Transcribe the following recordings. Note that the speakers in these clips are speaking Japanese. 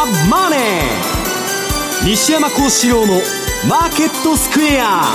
マネー」、西山孝四郎のマーケットスクエア。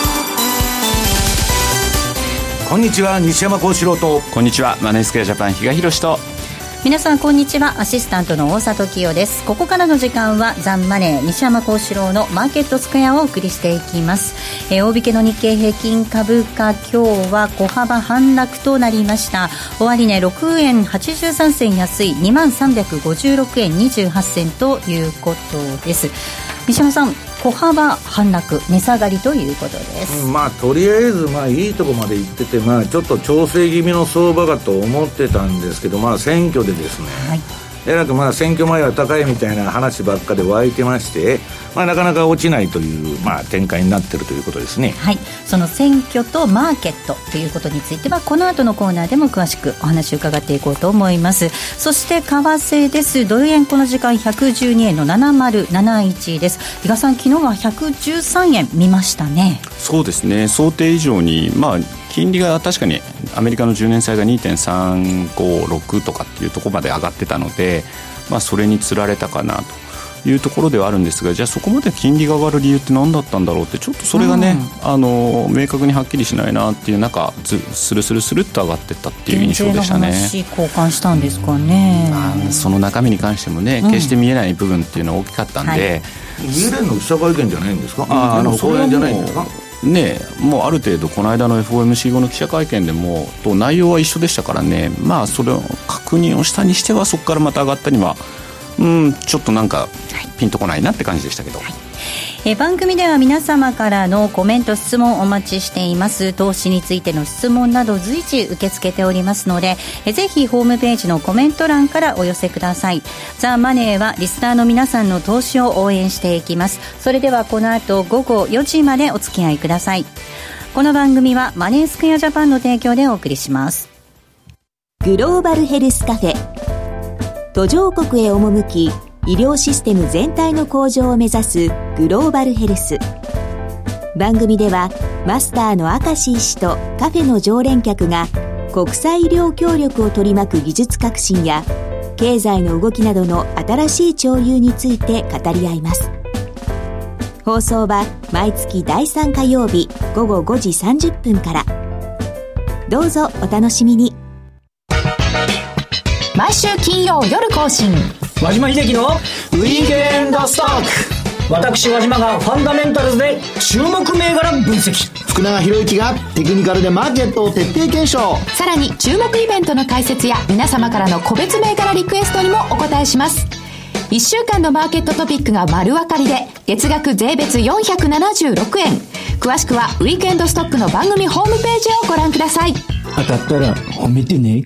こんにちは、西山孝四郎と。 こんにちは、マネースクエアジャパン比嘉宏と。 皆さんこんにちは、アシスタントの大里清です。ここからの時間はザンマネー西山孝四郎のマーケットスクエアをお送りしていきます。大引けの日経平均株価、今日は小幅反落となりました。終値6円83銭安い 2356円28銭ということです。西山さん、小幅反落、値下がりということです。 とりあえずいいとこまで行ってて、ちょっと調整気味の相場かと思ってたんですけど、選挙でですね、えらく選挙前は高いみたいな話ばっかで湧いてまして、なかなか落ちないという、展開になっているということですね。 はい、その選挙とマーケットということについてはこの後のコーナーでも詳しくお話を伺っていこうと思います。そして為替です。ドル円この時間112円の7071です。比嘉さん、昨日は113円見ましたね。 そうですね、想定以上に、金利が確かにアメリカの10年債が 2.356 とかっていうところまで上がってたので、それにつられたかなというところではあるんですが、じゃあそこまで金利が上がる理由って何だったんだろうって、ちょっとそれがね、明確にはっきりしないなっていう中、スルスルスルっと上がっていったっていう印象でしたね。 話交換したんですかね。 その中身に関してもね、決して見えない部分っていうのは大きかったんで、 イエレンの記者会見じゃないんですか。 それじゃないんですかね。もうある程度この間の FOMC 後の記者会見でもと内容は一緒でしたからね、それを確認をしたにしては、そこからまた上がったにはちょっとなんかピンとこないなって感じでしたけど、 番組では皆様からのコメント質問をお待ちしています。投資についての質問など随時受け付けておりますので、ぜひホームページのコメント欄からお寄せください。ザ・マネーはリスナーの皆さんの投資を応援していきます。それではこの後午後4時までお付き合いください。この番組はマネースクエアジャパンの提供でお送りします。 グローバルヘルスカフェ、途上国へ赴き医療システム全体の向上を目指すグローバルヘルス。番組ではマスターの明石医師とカフェの常連客が国際医療協力を取り巻く技術革新や経済の動きなどの新しい潮流について語り合います。放送は毎月第3火曜日午後5時30分から。どうぞお楽しみに。 毎週金曜夜更新、 和島秀樹のウィークエンドストック。私和島がファンダメンタルズで注目銘柄分析、 福永博之がテクニカルでマーケットを徹底検証。 さらに注目イベントの解説や皆様からの個別銘柄リクエストにもお答えします。1週間のマーケットトピックが丸分かりで月額税別476円。詳しくはウィークエンドストックの番組ホームページをご覧ください。 当たったら褒めてね。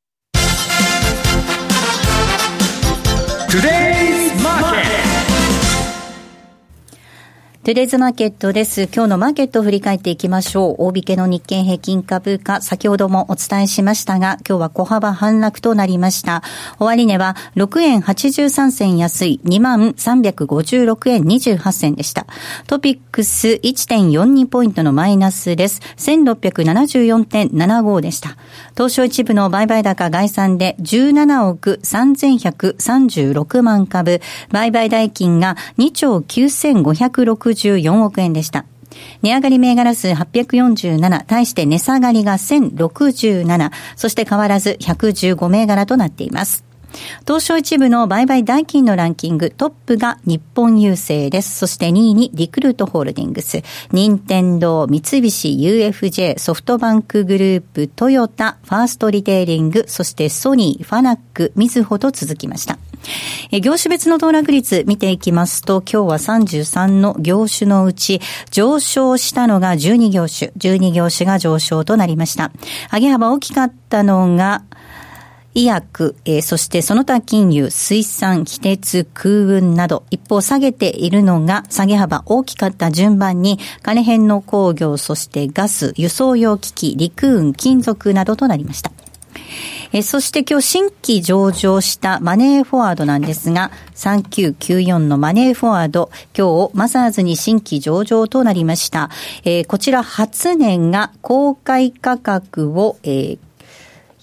トゥデイズマーケットです。今日のマーケットを振り返っていきましょう。大引けの日経平均株価、先ほどもお伝えしましたが、今日は小幅反落となりました。終値は6円83銭安い 2356円28銭でした。トピックス 1.42 ポイントのマイナスです。1674.75 でした。東証一部の売買高概算で17億3136万株、売買代金が2兆9564億円でした。値上がり銘柄数847、対して値下がりが1067、そして変わらず115銘柄となっています。東証一部の売買代金のランキング、トップが日本郵政です。そして2位にリクルートホールディングス、任天堂、三菱 UFJ、ソフトバンクグループ、トヨタ、ファーストリテイリング、そしてソニー、ファナック、みずほと続きました。業種別の騰落率見ていきますと、今日は33の業種のうち上昇したのが12業種が上昇となりました。上げ幅大きかったのが医薬、そしてその他金融、水産、非鉄、空運など、一方下げているのが下げ幅大きかった順番に金編の工業、そしてガス、輸送用機器、陸運、金属などとなりました。そして今日新規上場したマネーフォワードなんですが、3994のマネーフォワード、今日マザーズに新規上場となりました。こちら初値が公開価格を、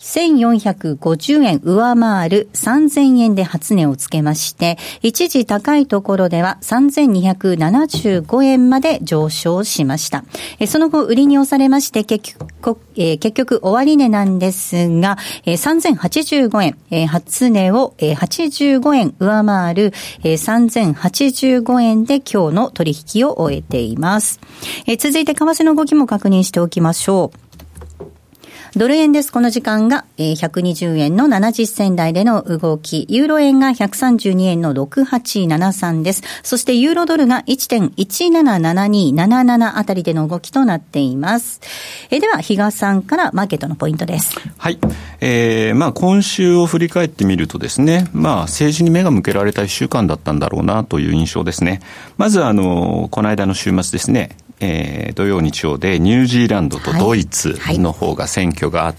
1450円上回る3000円で初値をつけまして、一時高いところでは3275円まで上昇しました。その後売りに押されまして、結局終値なんですが、3085円、初値を85円上回る3085円で今日の取引を終えています。続いて為替の動きも確認しておきましょう。ドル円です。この時間が120円の70銭台での動き。ユーロ円が132円の6873です。そしてユーロドルが 1.177277 あたりでの動きとなっています。では、比嘉さんからマーケットのポイントです。 はい。今週を振り返ってみるとですね、政治に目が向けられた1週間だったんだろうなという印象ですね。まずこの間の週末ですね、土曜日曜でニュージーランドとドイツの方が選挙があって、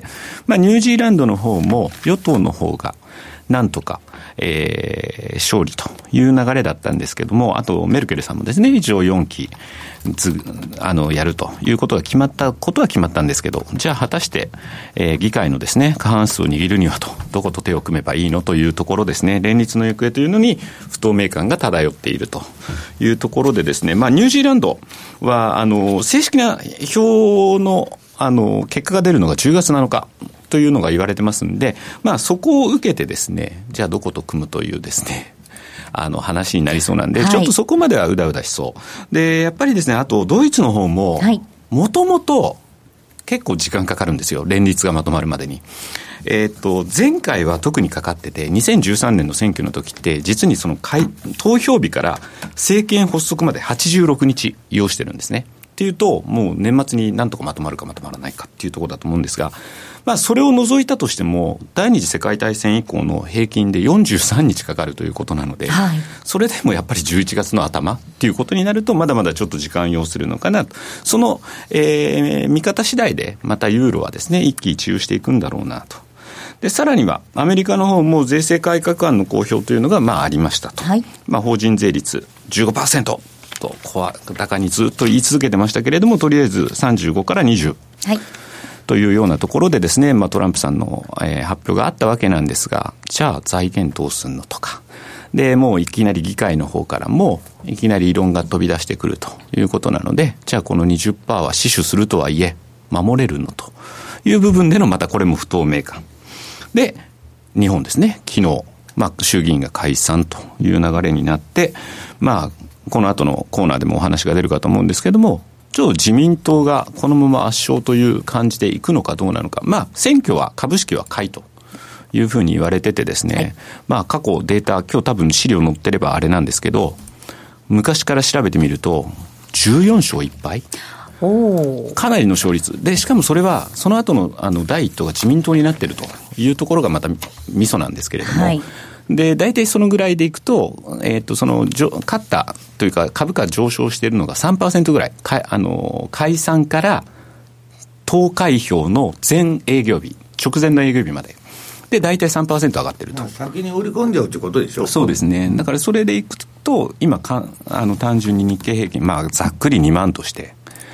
ニュージーランドの方も与党の方がなんとか、勝利という流れだったんですけども、あとメルケルさんもですね、一応4期やるということが決まったんですけど、じゃあ果たして、議会のですね過半数を握るにはどこと手を組めばいいのというところですね、連立の行方というのに不透明感が漂っているというところでですね、ニュージーランドは正式な票の結果が出るのが10月7日というのが言われてますんで、そこを受けてですね、じゃあどこと組むというですね話になりそうなんで、ちょっとそこまではうだうだしそうで、やっぱりですね、あとドイツの方ももともと結構時間かかるんですよ、連立がまとまるまでに。前回は特にかかってて、2013年の選挙の時って実にその投票日から政権発足まで86日要してるんですね。っていうと、もう年末になんとかまとまるかまとまらないかっていうところだと思うんですが、それを除いたとしても第二次世界大戦以降の平均で43日かかるということなので、それでもやっぱり11月の頭っていうことになるとまだまだちょっと時間要するのかなと。その、見方次第でまたユーロはですね一喜一憂していくんだろうなと。でさらにはアメリカの方も税制改革案の公表というのがありましたと、法人税率 15% と声高にずっと言い続けてましたけれども、とりあえず35から20、というようなところでですね、トランプさんの、発表があったわけなんですが、じゃあ財源どうすんのとかで、もういきなり議会の方からもいきなり異論が飛び出してくるということなので、じゃあこの 20% は死守するとはいえ守れるのという部分でのまたこれも不透明感で、日本ですね、昨日、衆議院が解散という流れになって、この後のコーナーでもお話が出るかと思うんですけども、自民党がこのまま圧勝という感じでいくのかどうなのか。選挙は株式は買いというふうに言われててですね、過去データ、今日多分資料載ってればあれなんですけど、昔から調べてみると14勝1敗、かなりの勝率で、しかもそれはその後の第一党が自民党になっているというところがまたミソなんですけれども、で大体そのぐらいでいくと、その勝ったというか株価上昇しているのが 3% ぐらい、解散から投開票の前営業日、直前の営業日までで大体 3% 上がってると。 先に売り込んじゃうということでしょ。 そうですね。だからそれでいくと今単純に日経平均、ざっくり2万として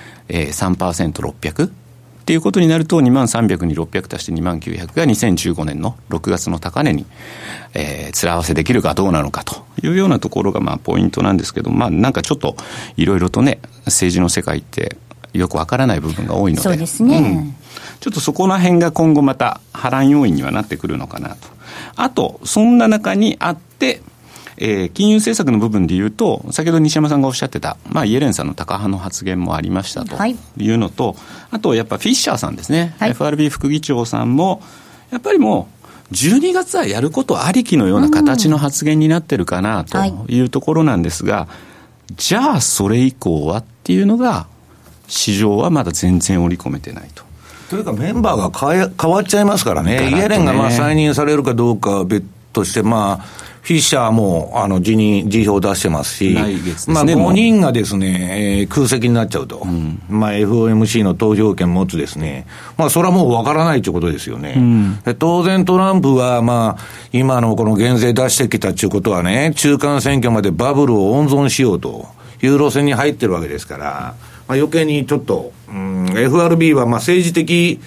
、3%600 っていうことになると、2万300に600足して2万900が2015年の6月の高値に、面合わせできるかどうなのかというようなところがポイントなんですけど、なんかちょっといろいろとね、政治の世界ってよくわからない部分が多いので、 そうですね、 ちょっとそこら辺が今後また波乱要因にはなってくるのかなと。あとそんな中にあって、金融政策の部分でいうと、先ほど西山さんがおっしゃってた、イエレンさんのタカ派の発言もありましたというのと、あとやっぱフィッシャーさんですね、FRB 副議長さんもやっぱりもう12月はやることありきのような形の発言になってるかなというところなんですが、じゃあそれ以降はっていうのが市場はまだ全然織り込めてないと。 というかメンバーが変わっちゃいますからね。イエレンが再任されるかどうかは別として、フィッシャーも辞表を出してますし、 来月ですね、 5人がですね、空席になっちゃうと、FOMC の投票権持つですね、それはもう分からないということですよね。当然トランプは今のこの減税出してきたということはね、中間選挙までバブルを温存しようという路線に入ってるわけですから、余計にちょっと、FRB は政治的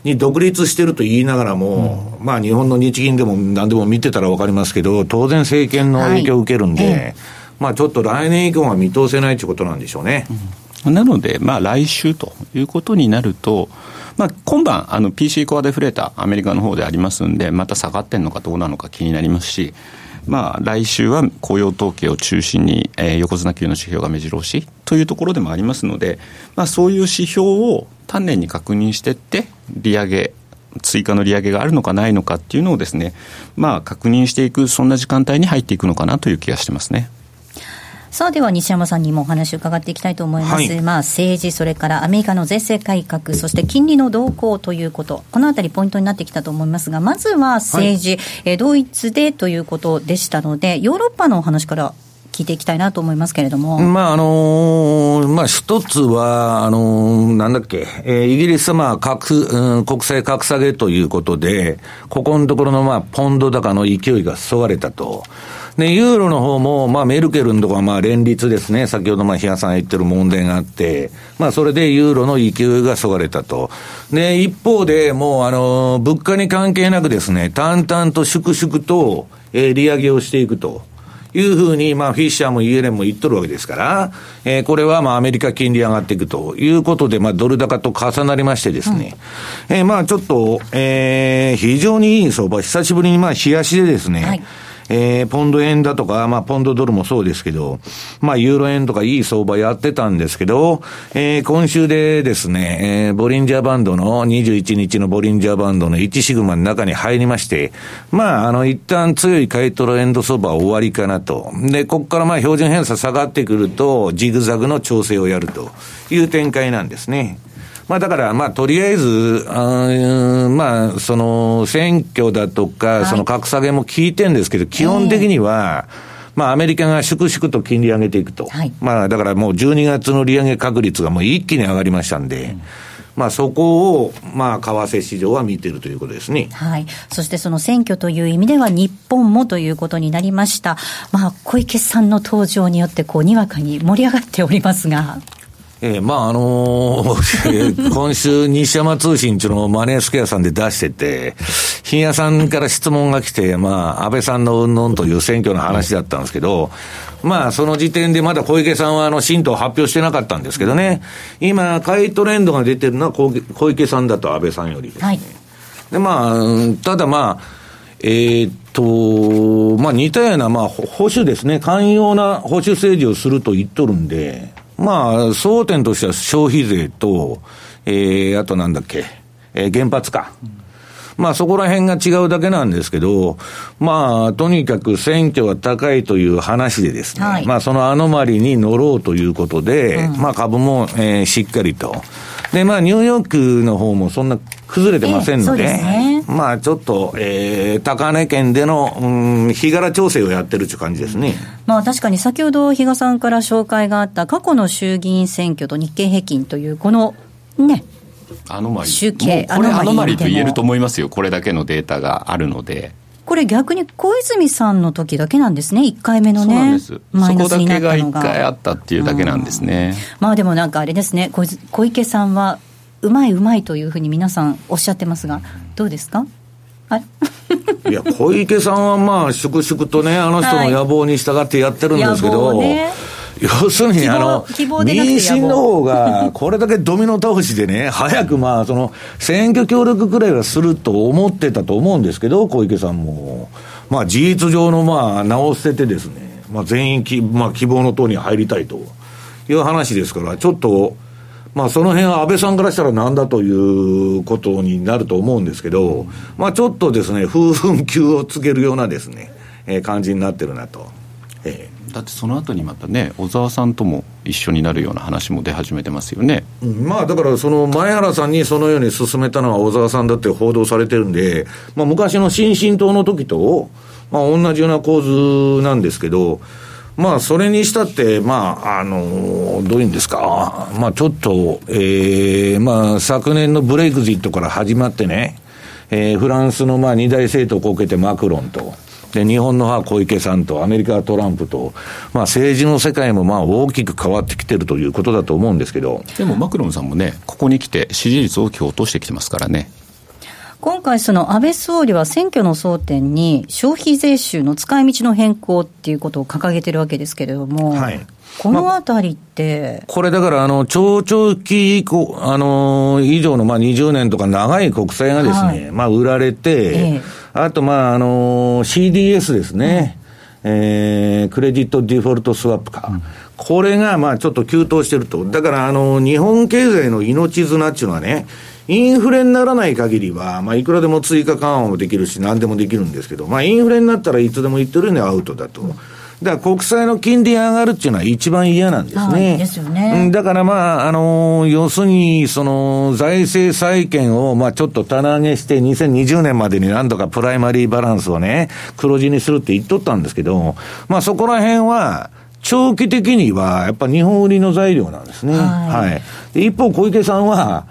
に独立してると言いながらも、まあ日本の日銀でも何でも見てたら分かりますけど、当然政権の影響を受けるんで、まあちょっと来年以降は見通せないということなんでしょうね。 なので、まあ来週ということになると、まあ今晩PC コアデフレーターアメリカの方でありますんで、また下がってんのかどうなのか気になりますし、まあ来週は雇用統計を中心に、横綱級の指標が目白押しというところでもありますので、まあそういう指標を丹念に確認していって、追加の利上げがあるのかないのかっていうのをですね、まあ確認していく、そんな時間帯に入っていくのかなという気がしてますね。 さあ、では西山さんにもお話を伺っていきたいと思います。まあ政治、それからアメリカの税制改革、そして金利の動向ということ、このあたりポイントになってきたと思いますが、まずは政治、ドイツでということでしたので、ヨーロッパのお話から聞いていきたいなと思いますけれども。 まあまあ一つはなんだっけ、イギリスはまあ国債格下げということで、ここのところのまあポンド高の勢いがそがれたと。で、ユーロの方も、まあ、メルケルのところは、まあ、連立ですね。先ほど、まあ、比嘉さんが言ってる問題があって、まあ、それでユーロの勢いがそがれたと。で、一方で、もう、物価に関係なくですね、淡々と粛々と、利上げをしていくというふうに、まあ、フィッシャーもイエレンも言っとるわけですから、これは、まあ、アメリカ金利上がっていくということで、まあ、ドル高と重なりましてですね、まあ、ちょっと、非常にいい相場、久しぶりに、まあ、日足でですね、はい、ポンド円だとか、まあ、ポンドドルもそうですけど、まあ、ユーロ円とかいい相場やってたんですけど、今週でですね、ボリンジャーバンドの、21日のボリンジャーバンドの1シグマの中に入りまして、まあ、一旦強い買いトレンド相場終わりかなと。で、ここからまあ、標準偏差下がってくると、ジグザグの調整をやるという展開なんですね。まあだから、まあとりあえず、まあその選挙だとか、その格下げも効いてるんですけど、基本的には、まあアメリカが粛々と金利上げていくと。まあだからもう12月の利上げ確率がもう一気に上がりましたんで、まあそこを、まあ為替市場は見ているということですね。 はい。そしてその選挙という意味では日本もということになりました。まあ小池さんの登場によってにわかに盛り上がっておりますが。 まあ今週西山通信っていうのをマネースクエアさんで出してて、日野さんから質問が来て、まあ安倍さんの云々という選挙の話だったんですけど、まあその時点でまだ小池さんは新党を発表してなかったんですけどね、今買いトレンドが出てるのは小池さんだと安倍さんよりですね。はい、でまあただまあまあ似たようなまあ保守ですね、寛容な保守政治をすると言っとるんで。まあ、争点としては消費税と、あとなんだっけ、原発か。まあそこら辺が違うだけなんですけど、まあとにかく選挙は高いという話でですね、はい、まあそのアノマリに乗ろうということで、まあ株も、しっかりと。でまあニューヨークの方もそんな崩れてませんので、まあちょっと、高値圏での、日柄調整をやってるという感じですね。 まあ確かに先ほど比嘉さんから紹介があった過去の衆議院選挙と日経平均というこのね、 アノマリ集計、 これアノマリと言えると思いますよ。これだけのデータがあるので。 これ逆に小泉さんの時だけなんですね。1回目のね。そうなんです。マイナスになったのが。 そこだけが1回あったっていうだけなんですね。 まあでもなんかあれですね、小池さんはうまいというふうに皆さんおっしゃってますが、どうですか？ いや小池さんはまあ粛々とね、あの人の野望に従ってやってるんですけど、要するに民進の方がこれだけドミノ倒しでね、早くまあその選挙協力くらいはすると思ってたと思うんですけど、小池さんもまあ事実上のまあ名を捨ててですね、まあ全員まあ希望の党に入りたいという話ですから、ちょっとまあその辺は安倍さんからしたらなんだということになると思うんですけど、まあちょっとですね、風雲急を告げるようなですね、感じになってるなと。 だってその後にまたね、小沢さんとも一緒になるような話も出始めてますよね。 まあだからその前原さんにそのように進めたのは小沢さんだって報道されてるんで、まあ昔の新進党の時とまあ同じような構図なんですけど、まあそれにしたってまあどういうんですか、まあちょっとまあ昨年のブレイクジットから始まってね、フランスのまあ二大政党をこけてマクロンと。で日本の小池さんとアメリカはトランプと、まあ、政治の世界もまあ大きく変わってきてるということだと思うんですけど、 でもマクロンさんもね、ここに来て支持率を大きく落としてきてますからね。 今回その安倍総理は選挙の争点に消費税収の使い道の変更っていうことを掲げてるわけですけれども、はい、このあたりって、 これだから長期以上の20年とか長い国債がですね、はい、売られて、あとCDS ですね、クレジットデフォルトスワップか、これがちょっと急騰してると。だから日本経済の命綱っていうのはね、インフレにならない限りは、いくらでも追加緩和もできるし何でもできるんですけど、インフレになったらいつでも言ってるようにアウトだと。だから国債の金利上がるっていうのは一番嫌なんですね。 ですよね。 だから要するに、財政再建をちょっと棚上げして2020年までに何とかプライマリーバランスをね、黒字にするって言っとったんですけど、そこら辺は、長期的にはやっぱ日本売りの材料なんですね。はい。で一方小池さんは、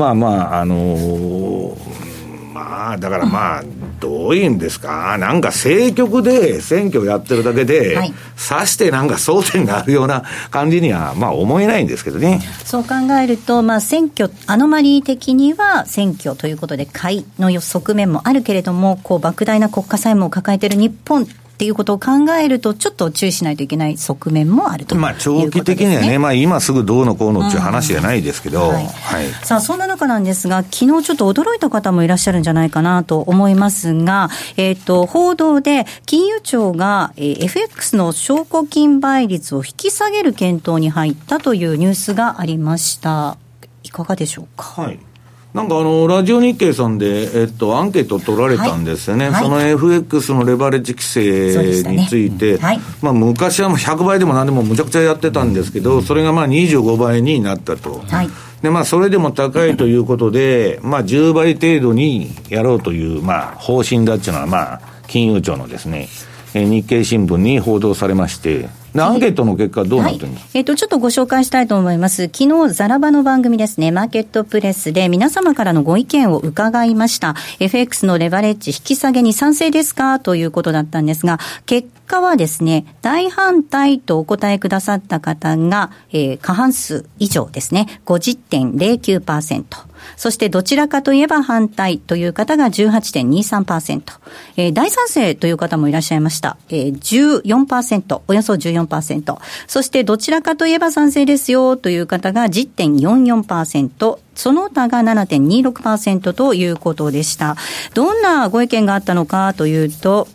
だからどういうんですか、なんか政局で選挙やってるだけで、はい、さしてなんか争点があるような感じには思えないんですけどね。 そう考えると、選挙アノマリー的には選挙ということで買いの側面もあるけれども、莫大な国家債務を抱えている日本っていうことを考えるとちょっと注意しないといけない側面もあるということですね。 長期的にはね、今すぐどうのこうのっていう話じゃないですけど、はいはい、 さあそんな中なんですが、昨日ちょっと驚いた方もいらっしゃるんじゃないかなと思いますが、報道で金融庁が、FX の証拠金倍率を引き下げる検討に入ったというニュースがありました。いかがでしょうか。 はい、なんかラジオ日経さんで、アンケート取られたんですよね。はい、その FX のレバレッジ規制について、ね、はい、昔は100倍でも何でもむちゃくちゃやってたんですけど、それが25倍になったと。はい、で、それでも高いということで、10倍程度にやろうという、方針だっていうのは、金融庁のですね、日経新聞に報道されまして、アンケートの結果どうなってるんですか。 ちょっとご紹介したいと思います。昨日ザラバの番組ですね、マーケットプレスで皆様からのご意見を伺いました。 FX のレバレッジ引き下げに賛成ですかということだったんですが、結果はですね、大反対とお答えくださった方が、過半数以上ですね、 50.09%、そしてどちらかといえば反対という方が 18.23%、大賛成という方もいらっしゃいました。14%、およそ14%、そしてどちらかといえば賛成ですよという方が 10.44%、その他が 7.26% ということでした。どんなご意見があったのかというと、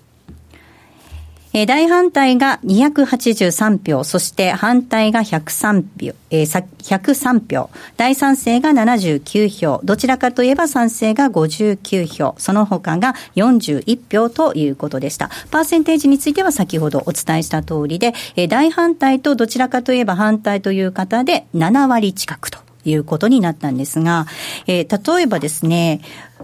大反対が283票、そして反対が103票、大賛成が79票、どちらかといえば賛成が59票、その他が41票ということでした。パーセンテージについては先ほどお伝えした通りで、大反対とどちらかといえば反対という方で7割近くということになったんですが、例えばですね、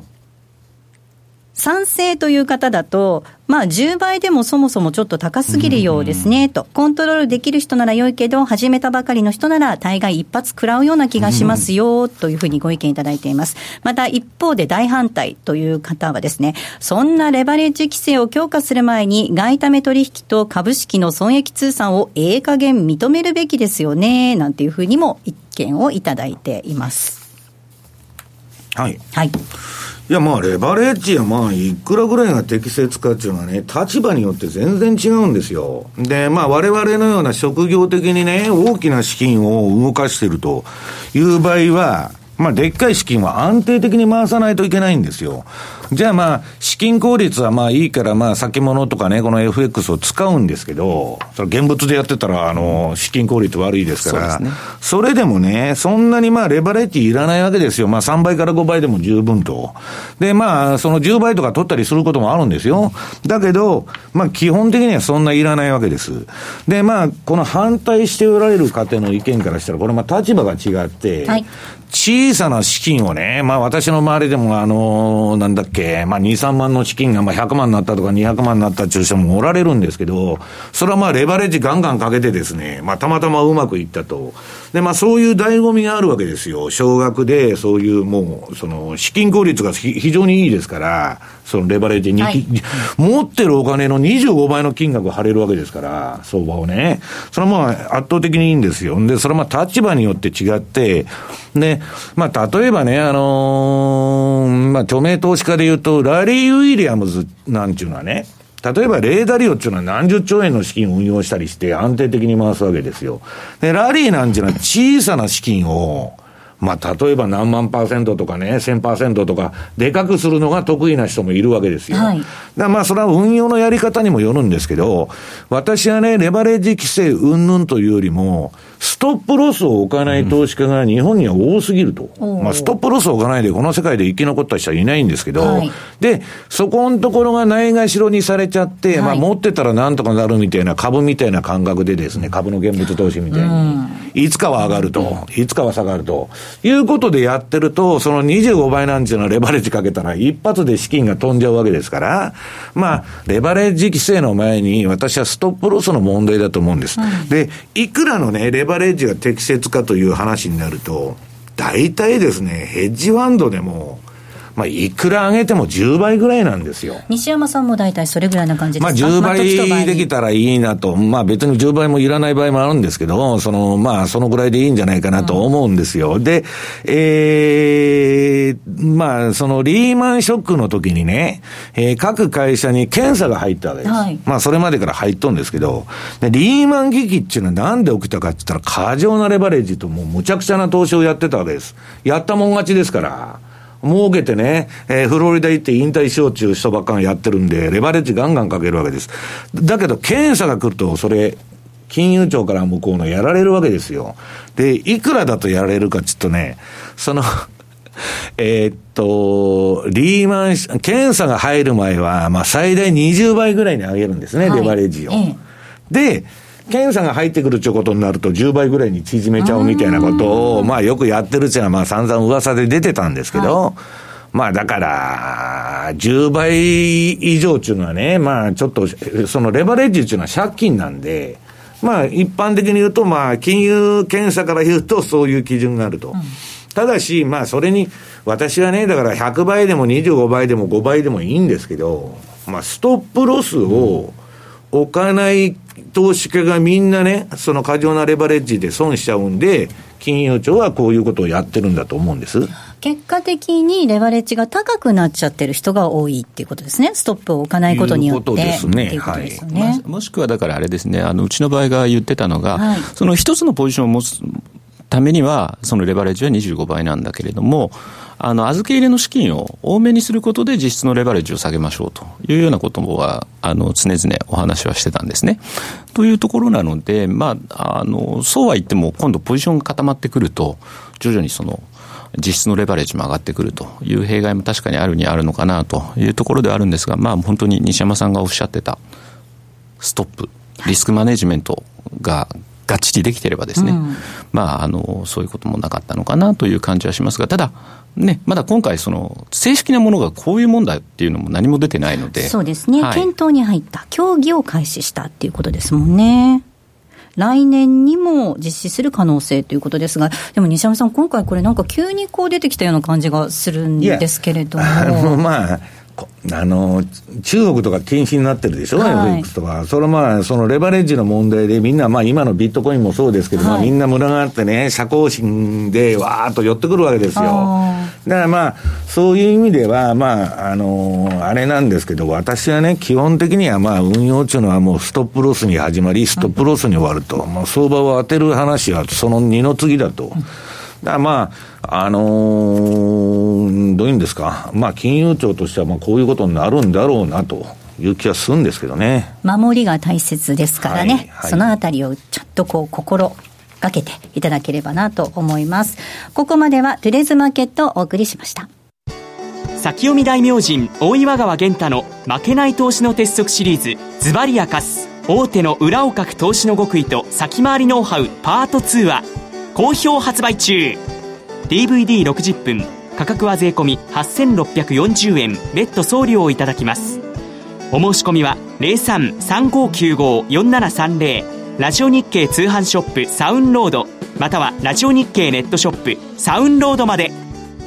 賛成という方だと、10倍でもそもそもちょっと高すぎるようですねと、コントロールできる人なら良いけど始めたばかりの人なら大概一発食らうような気がしますよというふうにご意見いただいています。また一方で大反対という方はですね、そんなレバレッジ規制を強化する前に外為取引と株式の損益通算を加減認めるべきですよねなんていうふうにも意見をいただいています。 はい、はい、いやレバレッジはいくらぐらいが適切かっていうのはね、立場によって全然違うんですよ。で我々のような職業的にね、大きな資金を動かしているという場合はでっかい資金は安定的に回さないといけないんですよ。じゃあ資金効率はいいから先物とかね、この FX を使うんですけど、それ現物でやってたら資金効率悪いですから、 そうですね、それでもね、そんなにレバレッジいらないわけですよ。3倍から5倍でも十分と。でその10倍とか取ったりすることもあるんですよ。だけど基本的にはそんないらないわけです。でこの反対しておられる方の意見からしたら、これ立場が違って、はい、小さな資金をね、私の周りでも2、3万の資金が100万になったとか200万になったっていう人もおられるんですけど、それはレバレッジガンガンかけてですね、たまたまうまくいったと。でそういう醍醐味があるわけですよ。少額でそういうその資金効率が非常にいいですから、そのレバレッジに、はい、持ってるお金の25倍の金額を張れるわけですから、相場をね、それは圧倒的にいいんですよ。でそれは立場によって違って、で例えばね、 著名投資家で言うと、ラリー・ウィリアムズなんていうのはね、例えばレーダリオっていうのは何十兆円の資金を運用したりして安定的に回すわけですよ。で、ラリーなんていうのは小さな資金を、例えば何万%とかね、1000% とか、でかくするのが得意な人もいるわけですよ。はい。だからそれは運用のやり方にもよるんですけど、私はね、レバレッジ規制云々というよりも、ストップロスを置かない投資家が日本には多すぎると。ストップロスを置かないでこの世界で生き残った人はいないんですけど、はい、で、そこのところがないがしろにされちゃって、はい、持ってたらなんとかなるみたいな株みたいな感覚でですね、株の現物投資みたいに、いつかは上がると、いつかは下がると、いうことでやってると、その25倍なんていうのはレバレッジかけたら一発で資金が飛んじゃうわけですから、レバレッジ規制の前に私はストップロスの問題だと思うんです。で、いくらのね、レバレッジが適切かという話になると、大体ですね、ヘッジファンドでも、いくら上げても10倍ぐらいなんですよ。 西山さんも大体それぐらいな感じですか。 10倍できたらいいなと。別に10倍もいらない場合もあるんですけど、そのぐらいでいいんじゃないかなと思うんですよ。で、そのリーマンショックの時にね、各会社に検査が入ったわけです。はい、それまでから入っとんですけど、でリーマン危機っていうのはなんで起きたかって言ったら、過剰なレバレッジともうむちゃくちゃな投資をやってたわけです。やったもん勝ちですから。儲けてね、フロリダ行って引退しようっていう人ばっかりやってるんで、レバレッジガンガンかけるわけです。だけど、検査が来ると、それ、金融庁から向こうのやられるわけですよ。で、いくらだとやられるかって言うとね、リーマン、検査が入る前は、最大20倍ぐらいに上げるんですね、レバレッジを。で、検査が入ってくるっていうことになると10倍ぐらいに縮めちゃうみたいなことを、よくやってるっていうのは散々噂で出てたんですけど、だから、10倍以上っていうのはね、ちょっと、そのレバレッジっていうのは借金なんで、一般的に言うと、金融検査から言うとそういう基準があると。ただし、それに、私はね、だから100倍でも25倍でも5倍でもいいんですけど、ストップロスを置かない投資家がみんなね、その過剰なレバレッジで損しちゃうんで、金融庁はこういうことをやってるんだと思うんです。 結果的にレバレッジが高くなっちゃってる人が多いっていうことですね。ストップを置かないことによって。 いうことですね。 っていうことですよね。 もしくはだからあれですね、うちの場合が言ってたのが、その一つのポジションを持つためには、そのレバレッジは25倍なんだけれども、預け入れの資金を多めにすることで実質のレバレッジを下げましょうというようなことは、常々お話はしてたんですね。というところなので、そうは言っても今度ポジションが固まってくると、徐々にその、実質のレバレッジも上がってくるという弊害も確かにあるのかなというところではあるんですが、本当に西山さんがおっしゃってたストップ、リスクマネジメントががっちりできていればですね、そういうこともなかったのかなという感じはしますが、ただね、まだ今回その正式なものがこういうもんだっていうのも何も出てないので、 そうですね、検討に入った協議を開始したっていうことですもんね。来年にも実施する可能性ということですが、でも西山さん、今回これなんか急にこう出てきたような感じがするんですけれども、 中国とか禁止になってるでしょ、FX とか。それそのレバレッジの問題でみんな、今のビットコインもそうですけど、みんな群がってね、社交心でわーっと寄ってくるわけですよ。だからそういう意味では、あれなんですけど、私はね、基本的には運用っていうのはもうストップロスに始まり、ストップロスに終わると。相場を当てる話はその二の次だと。だからどういうんですか、金融庁としてはこういうことになるんだろうなという気がするんですけどね。 守りが大切ですからね、そのあたりをちょっと心がけていただければなと思います。ここまではトゥデイズマーケットをお送りしました。 先読み大明神大岩川源太の負けない投資の鉄則シリーズ、ズバリ明かす大手の裏をかく投資の極意と先回りノウハウパート2は好評発売中。 DVD60 分、価格は税込み8640円、別途送料をいただきます。お申し込みは 03-3595-4730 ラジオ日経通販ショップサウンロード、またはラジオ日経ネットショップサウンロードまで。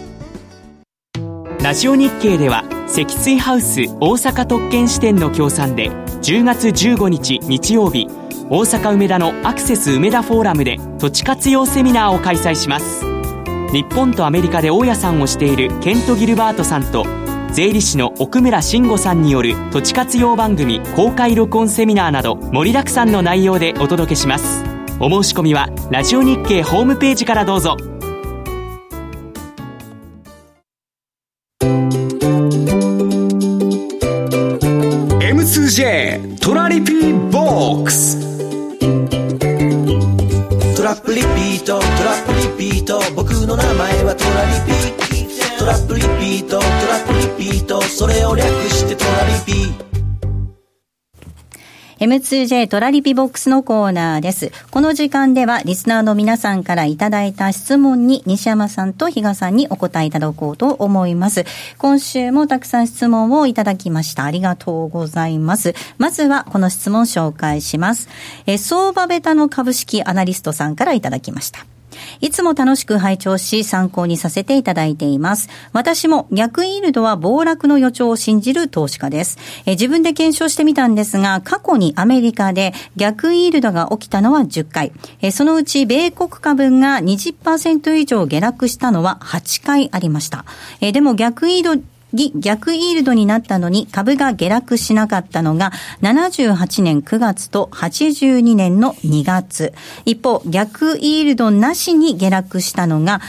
ラジオ日経では積水ハウス大阪特権支店の協賛で10月15日日曜日、大阪梅田のアクセス梅田フォーラムで土地活用セミナーを開催します。 日本とアメリカで大家さんをしているケント・ギルバートさんと税理士の奥村慎吾さんによる土地活用番組公開録音セミナーなど盛りだくさんの内容でお届けします。お申し込みはラジオ日経ホームページからどうぞ。 M2J トラリピーボックス。 トラップリピートトラップリピート、僕の名前はトラリピ。トラップリピートトラップリピート、それを略してトラリピ。 M2J トラリピボックスのコーナーです。この時間ではリスナーの皆さんからいただいた質問に西山さんと比嘉さんにお答えいただこうと思います。今週もたくさん質問をいただきました。ありがとうございます。まずはこの質問を紹介します。相場ベタの株式アナリストさんからいただきました。いつも楽しく拝聴し参考にさせていただいています。私も逆イールドは暴落の予兆を信じる投資家です。自分で検証してみたんですが、過去にアメリカで逆イールドが起きたのは10回、そのうち米国株が 20% 以上下落したのは8回ありました。でも逆イールドになったのに株が下落しなかったのが78年9月と82年の2月。一方、逆イールドなしに下落したのが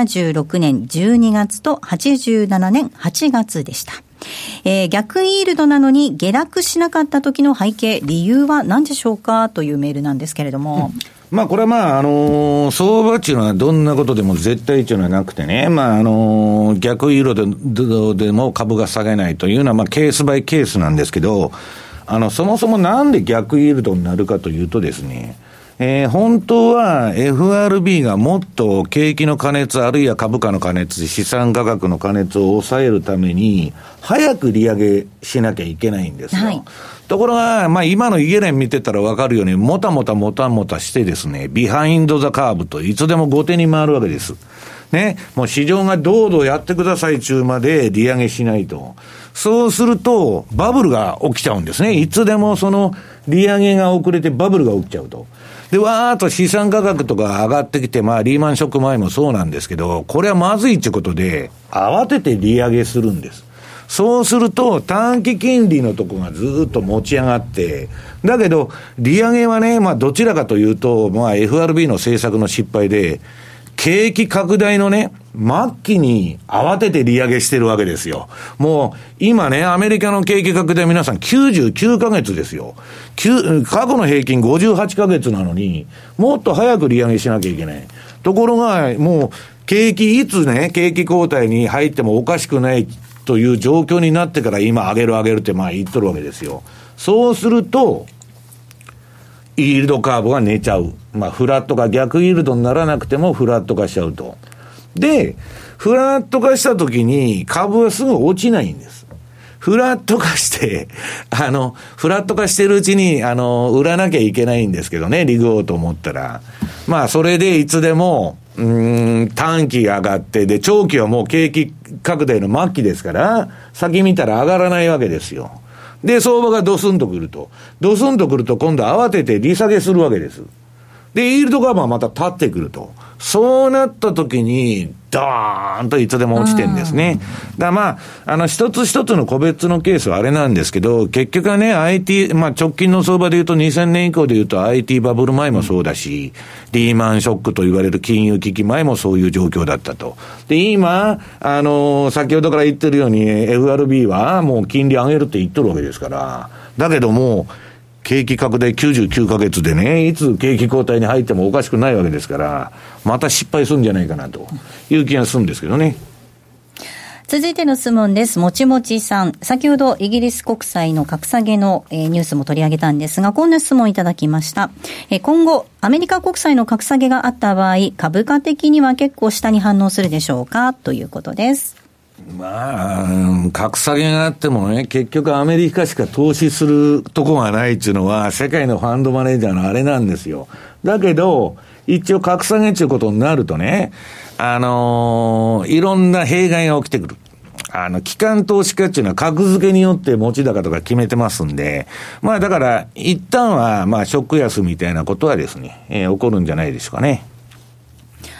76年12月と87年8月でした。逆イールドなのに下落しなかった時の背景、理由は何でしょうかというメールなんですけれども。 まあこれは相場っていうのはどんなことでも絶対っていうのはなくてね、逆イールドでも株が下げないというのはケースバイケースなんですけど、そもそもなんで逆イールドになるかというとですね、本当は FRB がもっと景気の過熱あるいは株価の過熱、資産価格の過熱を抑えるために早く利上げしなきゃいけないんですよ。はい、ところが、今のイエレン見てたらわかるようにもたもたしてですね、ビハインドザカーブといつでも後手に回るわけです。ね、もう市場がどうぞやってください中まで利上げしないと。そうするとバブルが起きちゃうんですね。いつでもその利上げが遅れてバブルが起きちゃうと。で、わーっと資産価格とか上がってきて、リーマンショック前もそうなんですけど、これはまずいってことで、慌てて利上げするんです。そうすると、短期金利のとこがずっと持ち上がって、だけど、利上げはね、どちらかというと、FRB の政策の失敗で、景気拡大のね、末期に慌てて利上げしてるわけですよ。もう、今ね、アメリカの景気拡大皆さん99ヶ月ですよ。過去の平均58ヶ月なのに、もっと早く利上げしなきゃいけない。ところが、もう、いつね、景気後退に入ってもおかしくないという状況になってから今上げるって言っとるわけですよ。そうすると、イールドカーブが寝ちゃう。フラット化、逆イールドにならなくてもフラット化しちゃうと。で、フラット化した時に株はすぐ落ちないんです。フラット化して、フラット化してるうちに、売らなきゃいけないんですけどね、リグおうと思ったら。それでいつでも、短期が上がって、で、長期はもう景気拡大の末期ですから、先見たら上がらないわけですよ。で、相場がドスンとくると今度慌てて利下げするわけです。で、イールドカーブはまた立ってくると。そうなった時に、ドーンといつでも落ちてんですね。だから一つ一つの個別のケースはあれなんですけど、結局はね、IT、直近の相場で言うと2000年以降で言うと IT バブル前もそうだし、リーマンショックと言われる金融危機前もそういう状況だったと。で、今、先ほどから言ってるように FRB はもう金利上げるって言っとるわけですから、だけども、景気拡大99ヶ月でね、いつ景気後退に入ってもおかしくないわけですから、また失敗するんじゃないかなという気がするんですけどね。 続いての質問です。もちもちさん。先ほどイギリス国債の格下げのニュースも取り上げたんですが、こんな質問いただきました。今後、アメリカ国債の格下げがあった場合、株価的には結構下に反応するでしょうかということです。 格下げがあってもね、結局アメリカしか投資するとこがないっていうのは、世界のファンドマネージャーのあれなんですよ。だけど、一応格下げっていうことになるとね、いろんな弊害が起きてくる。機関投資家っていうのは格付けによって持ち高とか決めてますんで、だから、一旦は、ショック安みたいなことはですね、起こるんじゃないでしょうかね。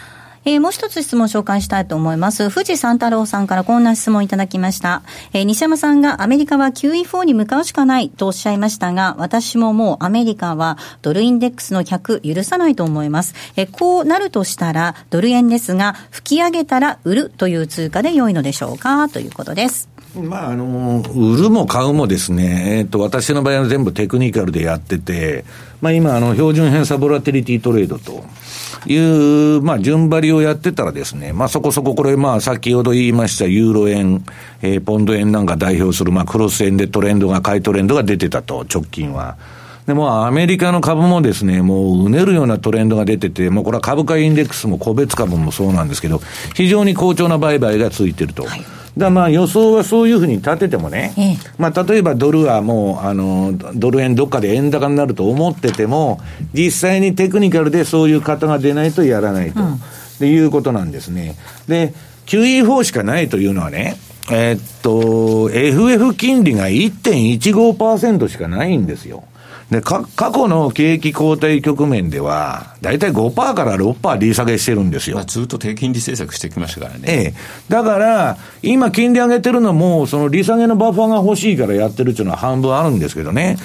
もう一つ質問を紹介したいと思います。富士山太郎さんからこんな質問いただきました。西山さんがアメリカは QE4 に向かうしかないとおっしゃいましたが、私ももうアメリカはドルインデックスの100許さないと思います。こうなるとしたらドル円ですが、吹き上げたら売るという通貨で良いのでしょうか、ということです。 まあ、売るも買うもですね、私の場合は全部テクニカルでやってて、まあ今、標準偏差ボラティリティトレードという、まあ順張りをやってたらですね、まあそこそここれ、まあ先ほど言いましたユーロ円、ポンド円なんか代表する、まあクロス円でトレンドが、買いトレンドが出てたと、直近は。でもアメリカの株もですね、もううねるようなトレンドが出てて、もうこれは株価インデックスも個別株もそうなんですけど、非常に好調な売買がついてると。はい、だまあ予想はそういうふうに立ててもね、まあ例えばドルはもうドル円どっかで円高になると思ってても、実際にテクニカルでそういう方が出ないとやらないと、っていうことなんですね。で QE4 しかないというのはね、FF 金利が 1.15% しかないんですよ。で、過去の景気後退局面では、だいたい 5% から 6% 利下げしてるんですよ。 まあ、ずっと低金利政策してきましたからね。 だから、今金利上げてるのも、その利下げのバッファーが欲しいからやってるっていうのは半分あるんですけどね。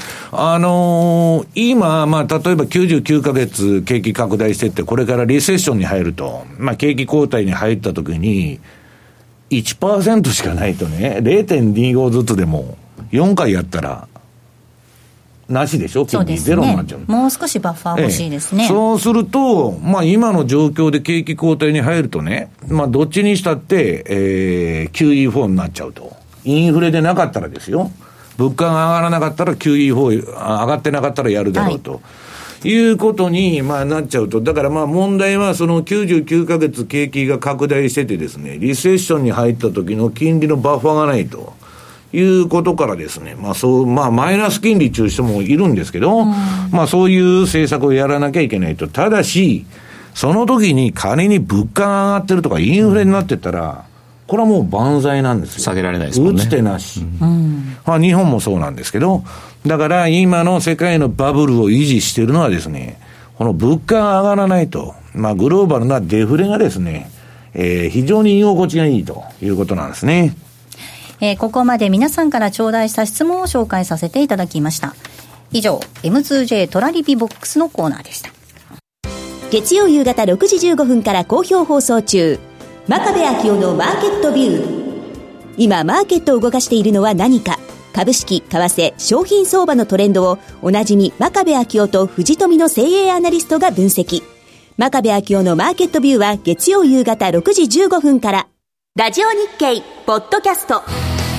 今、まあ、例えば99ヶ月景気拡大してって、これからリセッションに入ると、まあ、景気後退に入った時に、1% しかないとね、0.25 ずつでも、4回やったら、なしでしょ、金利ゼロになっちゃう。 もう少しバッファー欲しいですね。 そうすると、まあ今の状況で景気後退に入るとね、まあどっちにしたって、QE4 になっちゃうと。インフレでなかったらですよ。物価が上がらなかったら QE4、上がってなかったらやるだろうと。いうことに、まあなっちゃうと。だからまあ問題はその99ヶ月景気が拡大しててですね、リセッションに入った時の金利のバッファーがないと。いうことからですね、まあそう、まあマイナス金利という人もいるんですけど、まあそういう政策をやらなきゃいけないと。ただし、その時に仮に物価が上がってるとかインフレになってたら、これはもう万歳なんですよ。 下げられないですもんね。 打つ手なし。まあ日本もそうなんですけど、だから今の世界のバブルを維持しているのはですね、この物価が上がらないと、まあグローバルなデフレがですね、非常に居心地がいいということなんですね。 ここまで皆さんから頂戴した質問を紹介させていただきました。以上 M2J トラリピボックスのコーナーでした。 月曜夕方6時15分から好評放送中、真壁昭夫のマーケットビュー。今マーケットを動かしているのは何か、株式、為替、商品相場のトレンドをおなじみ真壁昭夫と藤富の精鋭アナリストが分析。真壁昭夫のマーケットビューは月曜夕方6時15分から。ラジオ日経ポッドキャスト。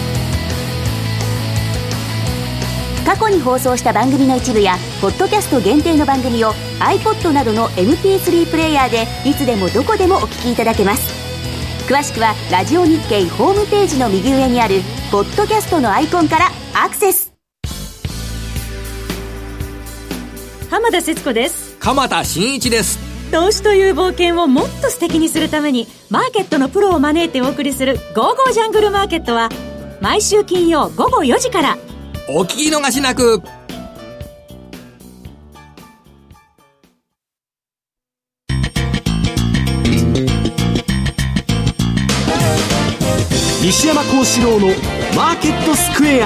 過去に放送した番組の一部やポッドキャスト限定の番組を iPod などの MP3 プレイヤーでいつでもどこでもお聞きいただけます。詳しくはラジオ日経ホームページの右上にあるポッドキャストのアイコンからアクセス。 浜田節子です。 鎌田新一です。 投資という冒険をもっと素敵にするためにマーケットのプロを招いてお送りするゴーゴージャングルマーケットは毎週金曜午後4時から。 お聞き逃しなく。 西山幸四郎のマーケットスクエア。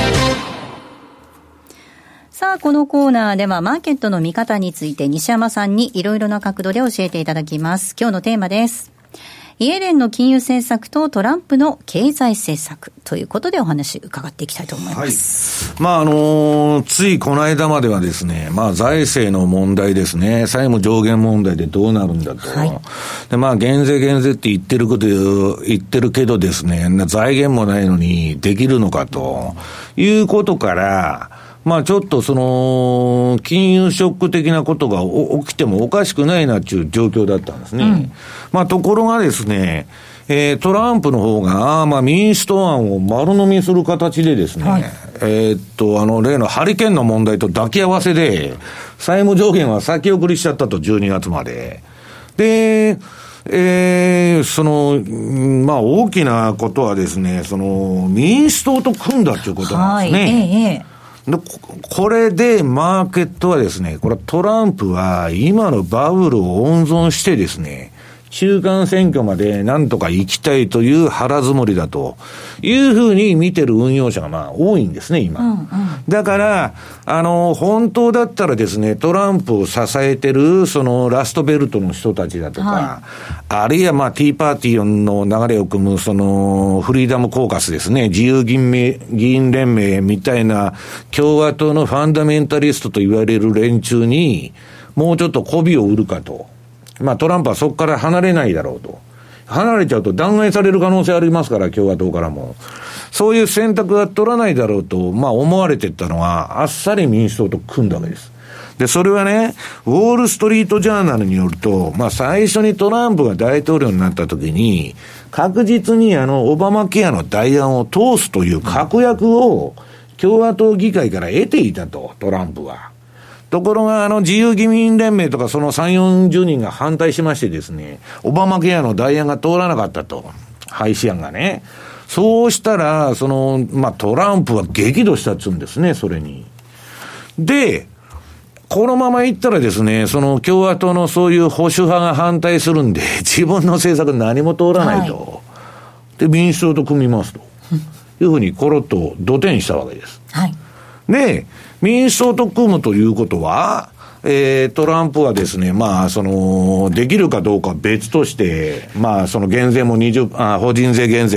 さあ、このコーナーではマーケットの見方について西山さんにいろいろな角度で教えていただきます。今日のテーマです。イエレンの金融政策とトランプの経済政策ということでお話伺っていきたいと思います。 はい。まあついこの間まではですね、まあ財政の問題ですね、債務上限問題でどうなるんだと。はい、でまあ減税って言ってるけどですね、財源もないのにできるのかということから、まあちょっとその金融ショック的なことが起きてもおかしくないなっていう状況だったんですね。まあところがですね、トランプの方がまあ民主党案を丸飲みする形でですね、はい、例のハリケーンの問題と抱き合わせで債務上限は先送りしちゃったと、12月まで。で、まあ大きなことはですね、民主党と組んだということなんですね。はい、でこれでマーケットはですね、これトランプは今のバブルを温存してですね、 中間選挙までなんとか行きたいという腹積もりだというふうに見てる運用者がまあ多いんですね、今。だから、本当だったらですね、トランプを支えてる、そのラストベルトの人たちだとか、あるいはまあ、ティーパーティーの流れを組む、その、フリーダムコーカスですね、自由議員連盟みたいな、共和党のファンダメンタリストと言われる連中に、もうちょっと媚びを売るかと。まあトランプはそこから離れないだろうと。離れちゃうと弾劾される可能性ありますから、共和党からも。そういう選択は取らないだろうと、まあ思われてったのは、あっさり民主党と組んだわけです。で、それはね、ウォールストリートジャーナルによると、まあ最初にトランプが大統領になった時に、確実にオバマケアの代案を通すという確約を共和党議会から得ていたと、トランプは。ところが自由議員連盟とかその3、40人が反対しましてですね、オバマケアの代案が通らなかったと。廃止案がね。そうしたら、まあ、トランプは激怒したっつうんですね、それに。で、このままいったらですね、その共和党のそういう保守派が反対するんで、自分の政策何も通らないと。はい、で、民主党と組みますと。いうふうにコロッと土転したわけです。はい。で、民主党と組むということは、トランプはですね、まあ、できるかどうかは別として、まあ、その減税も法人税減税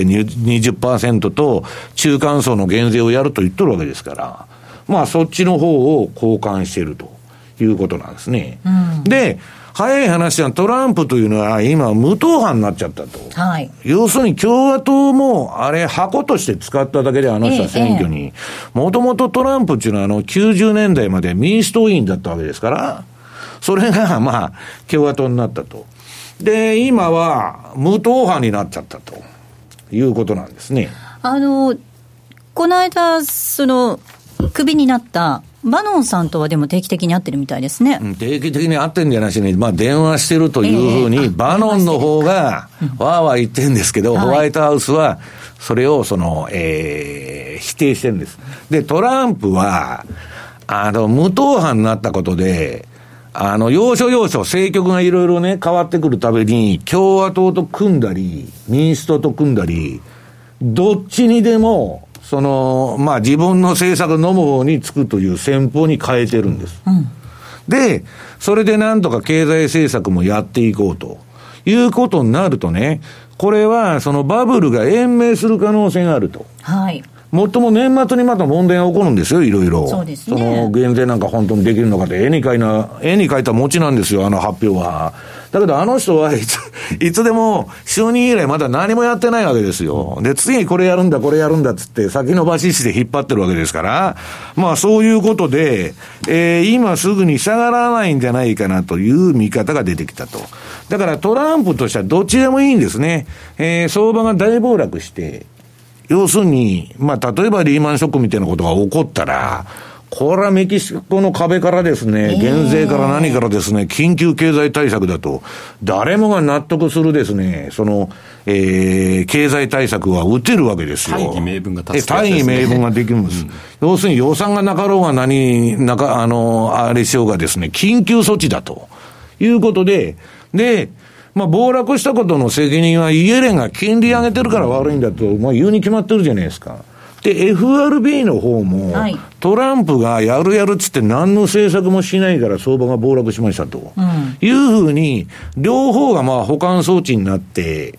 20% と中間層の減税をやると言っとるわけですから、まあ、そっちの方を交換しているということなんですね。で、早い話はトランプというのは今無党派になっちゃったと。はい。要するに共和党もあれ箱として使っただけで人は選挙に。もともとトランプっていうのは90年代まで民主党員だったわけですから、それがまあ共和党になったと。で、今は無党派になっちゃったということなんですね。 この間、クビになったバノンさんとはでも定期的に会ってるみたいですね。 定期的に会ってるんじゃなしに、まあ電話してるというふうに、バノンの方がわーわー言ってるんですけど、ホワイトハウスはそれを否定してるんです。で、トランプは、無党派になったことで、要所要所政局がいろいろね、変わってくるたびに、共和党と組んだり、民主党と組んだり、どっちにでも、まあ自分の政策のむ方につくという戦法に変えてるんです。で、それでなんとか経済政策もやっていこうということになるとね、これはバブルが延命する可能性があると。はい。もっとも年末にまた問題が起こるんですよ、いろいろ。そうですね。減税なんか本当にできるのかって、絵に描いた餅なんですよ、発表は。だけど人はいつでも就任以来まだ何もやってないわけですよ。で、次にこれやるんだっつって先延ばしして引っ張ってるわけですから、まあそういうことで、今すぐに下がらないんじゃないかなという見方が出てきたと。だからトランプとしてはどっちでもいいんですね。相場が大暴落して、要するに、まあ例えばリーマンショックみたいなことが起こったら、これはメキシコの壁からですね、減税から何からですね、緊急経済対策だと、誰もが納得するですね、経済対策は打てるわけですよ。大義名分が立つ、大義名分ができるんです。要するに予算がなかろうがあれしようがですね、緊急措置だということで、まあ、暴落したことの責任はイエレンが金利上げてるから悪いんだと、まあ、言うに決まってるじゃないですか。で、FRB の方も、トランプがやるっつって何の政策もしないから相場が暴落しましたと。いうふうに、両方がまあ保管装置になって、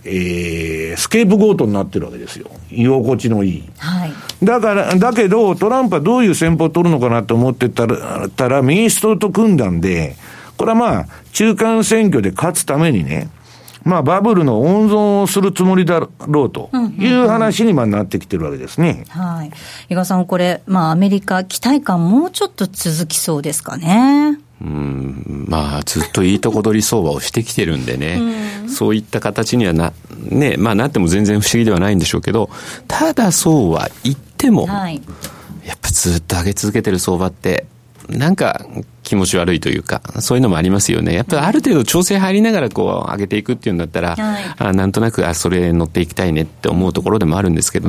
スケープゴートになってるわけですよ。居心地のいい。はい。だけど、トランプはどういう戦法を取るのかなと思ってたら、民主党と組んだんで、これはまあ、中間選挙で勝つためにね、まあ、バブルの温存をするつもりだろうという話になってきてるわけですね。 はい。伊賀さん、これ、まあ、アメリカ、期待感もうちょっと続きそうですかね。 まあ、ずっといいとこ取り相場をしてきてるんでね、そういった形にはまあ、なっても全然不思議ではないんでしょうけど、ただそうは言っても、やっぱずっと上げ続けてる相場って、なんか気持ち悪いというか、そういうのもありますよね。やっぱりある程度調整入りながら上げていくっていうんだったら、なんとなくそれ乗っていきたいねって思うところでもあるんですけどね。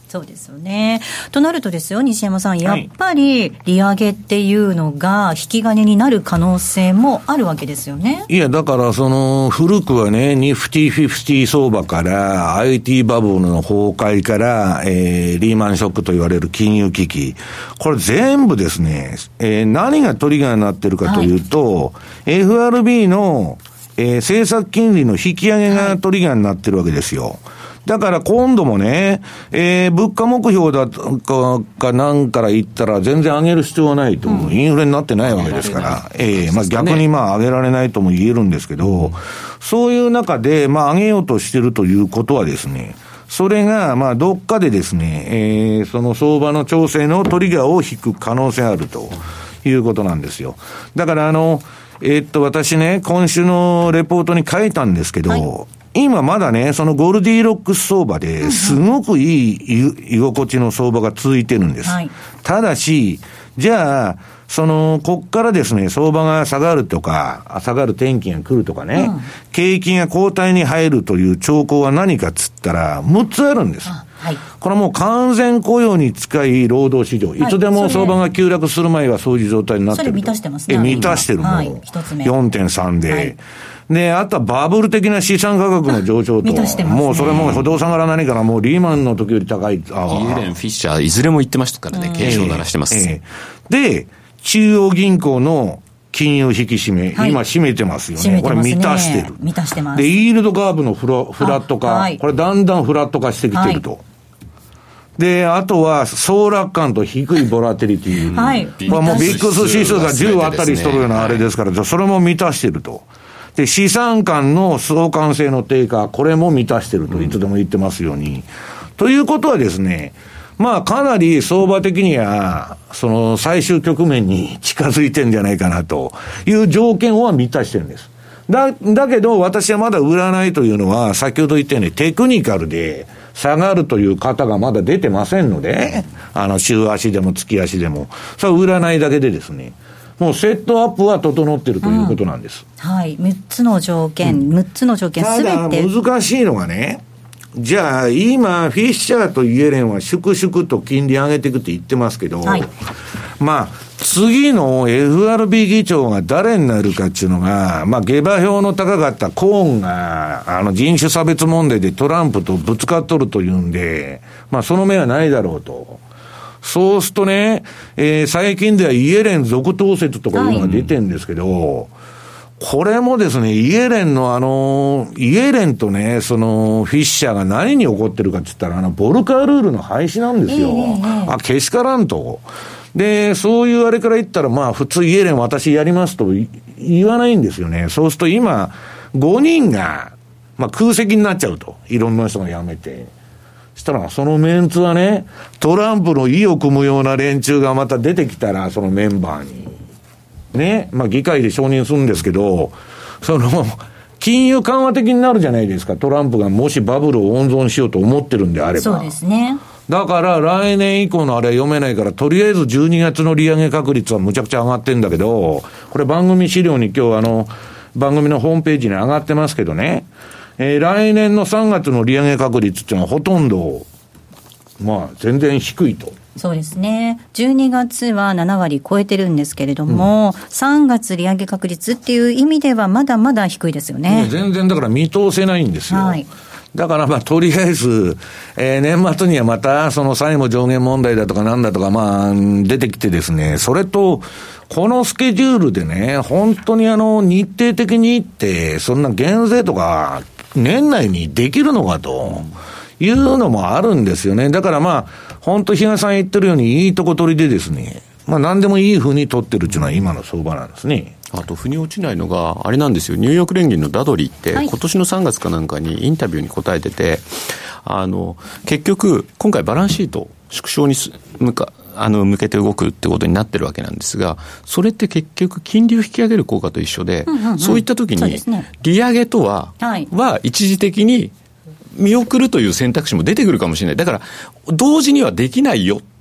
そうですよね。となるとですよ、西山さん、やっぱり利上げっていうのが引き金になる可能性もあるわけですよね。 いや、だから古くはね、ニフティ50相場から IT バブルの崩壊から、リーマンショックと言われる金融危機、これ全部ですね、何がトリガーになってるかというと、FRB の、政策金利の引き上げがトリガーになってるわけですよ。だから今度もね、物価目標だかなんから言ったら全然上げる必要はないと、インフレになってないわけですから、逆に上げられないとも言えるんですけど、そういう中で上げようとしてるということはですね、それがどっかでですね、その相場の調整のトリガーを引く可能性あるということなんですよ。だから私ね、今週のレポートに書いたんですけど、今まだね、そのゴルディロックス相場ですごくいい居心地の相場が続いてるんです。ただし、じゃあ、こっからですね、相場が下がるとか、下がる転機が来るとかね、景気が後退に入るという兆候は何かっつったら、6つあるんです。これはもう完全雇用に近い労働市場。いつでも相場が急落する前はそういう状態になってる。それ満たしてますね。 満たしてるもの。 一つ目。 4.3 で。で、あとはバブル的な資産価格の上昇と。もうそれも不動産から何からもうリーマンの時より高い。 イエレン、フィッシャー、いずれも言ってましたからね、警鐘を鳴らしてます。 で、中央銀行の金融引き締め、今締めてますよね。これ満たしてる。 満たしてます。 で、イールドカーブのフラット化、これだんだんフラット化してきてると。で、あとは、総楽観と低いボラテリティ。これもうビックス指数が10あったりしとるようなあれですから、それも満たしてると。で、資産間の相関性の低下、これも満たしてると、いつでも言ってますように。ということはですね、かなり相場的には、最終局面に近づいてんじゃないかなという条件は満たしてるんです。だけど、私はまだ売らないというのは、先ほど言ったようにテクニカルで下がるという方がまだ出てませんので、週足でも月足でも、それは売らないだけでですね、もうセットアップは整っているということなんです。 6つの条件、6つの条件すべて。 ただ難しいのがね、じゃあ今フィッシャーとイエレンは粛々と金利上げていくって言ってますけど、次の FRB 議長が誰になるかっていうのが、下馬評の高かったコーンが人種差別問題でトランプとぶつかっとるというんで、その目はないだろうと。そうするとね、最近ではイエレン続投説とかいうのが出てるんですけど、これもですね、イエレンとね、フィッシャーが何に起こってるかって言ったら、ボルカールールの廃止なんですよ。けしからんと。で、そういうあれから言ったら、普通イエレン私やりますと言わないんですよね。そうすると今、5人が、空席になっちゃうと。いろんな人が辞めて。したら、そのメンツはね、トランプの意を組むような連中がまた出てきたら、そのメンバーに。ね、議会で承認するんですけど、金融緩和的になるじゃないですか。トランプがもしバブルを温存しようと思ってるんであれば。 そうですね。 だから来年以降のあれは読めないから、とりあえず12月の利上げ確率はむちゃくちゃ上がってんだけど、これ番組資料に今日番組のホームページに上がってますけどね、来年の3月の利上げ確率っていうのはほとんど、全然低いと。 そうですね。12月は7割超えてるんですけれども、3月利上げ確率っていう意味ではまだまだ低いですよね。 全然だから見通せないんですよ。だからとりあえず、年末にはまたその債務上限問題だとかなんだとか出てきてですね、それとこのスケジュールでね、本当に日程的に言ってそんな減税とか年内にできるのかというのもあるんですよね。だから本当比嘉さん言ってるようにいいとこ取りでですね、何でもいい風に取ってるっていうのは今の相場なんですね。 あと腑に落ちないのがあれなんですよ。ニューヨーク連銀のダドリーって、今年の3月かなんかにインタビューに答えてて、結局今回バランスシート縮小に向けて動くってことになってるわけなんですが、それって結局金利を引き上げる効果と一緒で、そういった時に利上げとは一時的に見送るという選択肢も出てくるかもしれない。だから同時にはできないよ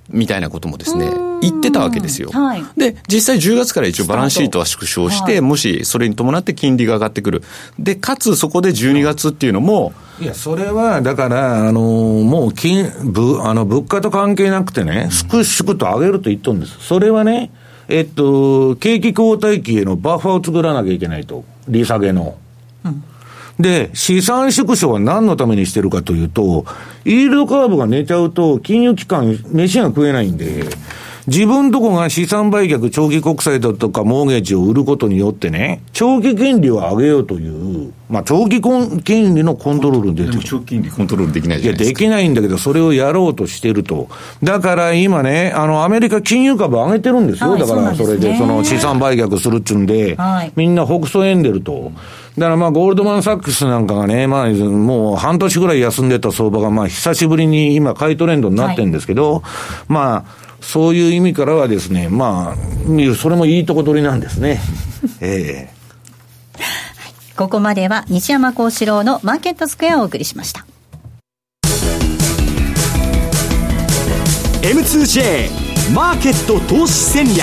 みたいなこともですね言ってたわけですよ、 はい、 で実際10月から一応バランスシートは縮小して、はい、もしそれに伴って金利が上がってくるでかつそこで12月っていうのもいやそれはだからもう物価と関係なくてねすくすくと上げると言っとるんです。それはね景気後退期へのバッファーを作らなきゃいけないと利下げの、で資産縮小は何のためにしてるかというとイールドカーブが寝ちゃうと金融機関飯が食えないんで自分とこが資産売却長期国債だとかモーゲージを売ることによってね長期金利を上げようという長期金利のコントロールででも長期金利コントロールできないじゃないですか。 いやできないんだけどそれをやろうとしてると。だから今ねアメリカ金融株上げてるんですよ、はい、だからそれでその資産売却するっちゅうんで、はい、みんな北総エンデルとだからゴールドマンサックスなんかがね、もう半年ぐらい休んでた相場が久しぶりに今買いトレンドになってるんですけど、はい、そういう意味からはですねそれもいいとこ取りなんですねここまでは西山幸四郎のマーケットスクエアをお送りしました。 M2J マーケット投資戦略。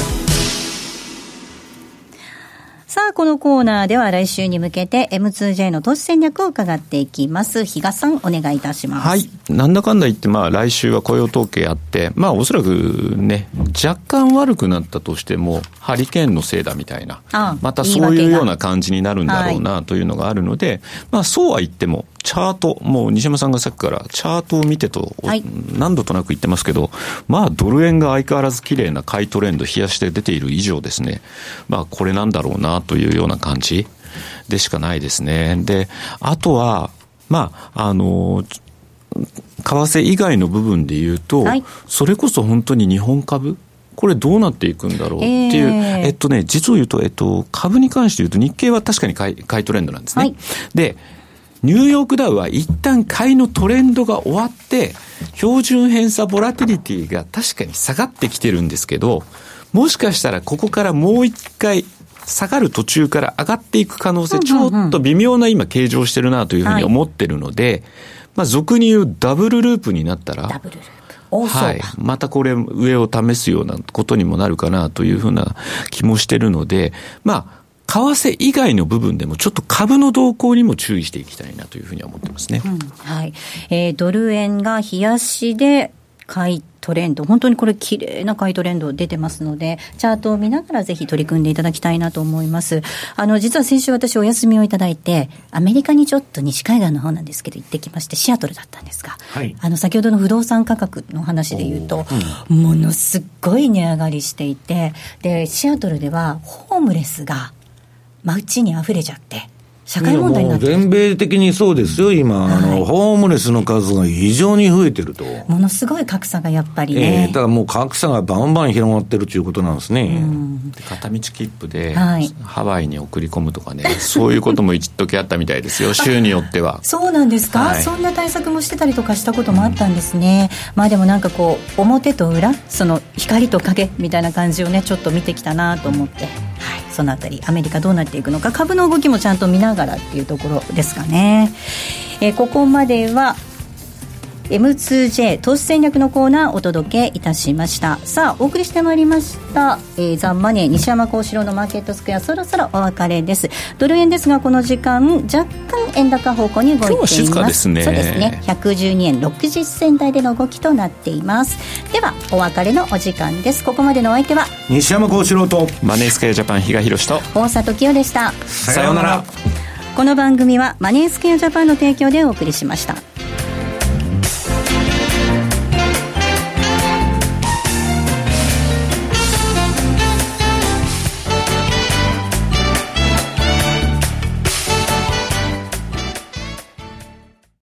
さあこのコーナーでは来週に向けて M2J の投資戦略を伺っていきます。比嘉さんお願いいたします。 はい、なんだかんだ言って来週は雇用統計あっておそらくね若干悪くなったとしてもハリケーンのせいだみたいなまたそういうような感じになるんだろうなというのがあるので、そうは言ってもチャートもう西山さんがさっきからチャートを見てと、何度となく言ってますけどドル円が相変わらず綺麗な買いトレンド冷やして出ている以上ですねこれなんだろうなというような感じでしかないですね。であとは為替以外の部分で言うと、それこそ本当に日本株これどうなっていくんだろうっていう、実を言うと、株に関して言うと日経は確かに買いトレンドなんですね、はい、でニューヨークダウは一旦買いのトレンドが終わって標準偏差ボラティリティが確かに下がってきてるんですけどもしかしたらここからもう一回下がる途中から上がっていく可能性ちょっと微妙な今形状してるなというふうに思ってるので、俗に言うダブルループになったらまたこれ上を試すようなことにもなるかなというふうな気もしてるので為替以外の部分でもちょっと株の動向にも注意していきたいなというふうには思ってますね、 ドル円が冷やしで買いトレンド本当にこれ綺麗な買いトレンド出てますのでチャートを見ながらぜひ取り組んでいただきたいなと思います。実は先週私お休みをいただいてアメリカにちょっと西海岸の方なんですけど行ってきましてシアトルだったんですが、先ほどの不動産価格の話で言うと、ものすごい値上がりしていてでシアトルではホームレスが街に溢れちゃって社会問題になってる。 全米的にそうですよ今、ホームレスの数が異常に増えてるとものすごい格差がやっぱりね、 だからもう格差がバンバン広がってるということなんですね、 片道切符でハワイに送り込むとかね、そういうことも一時あったみたいですよ州によっては。 そうなんですか、そんな対策もしてたりとかしたこともあったんですね、でも表と裏その光と影みたいな感じをねちょっと見てきたなと思って、そのあたりアメリカどうなっていくのか株の動きもちゃんと見ながらっていうところですかね。ここまでは M2J 投資戦略のコーナーお届けいたしました。さあお送りしてまいりました、ザ・マネー西山幸四郎のマーケットスクエアそろそろお別れです。ドル円ですがこの時間若干円高方向に動いています。 今日は静かですね。 そうですね112円60銭台での動きとなっています。ではお別れのお時間です。ここまでのお相手は西山幸四郎とマネースクエアジャパン比嘉宏と大里清でした。 さようなら。 この番組はマネースクエアジャパンの提供でお送りしました。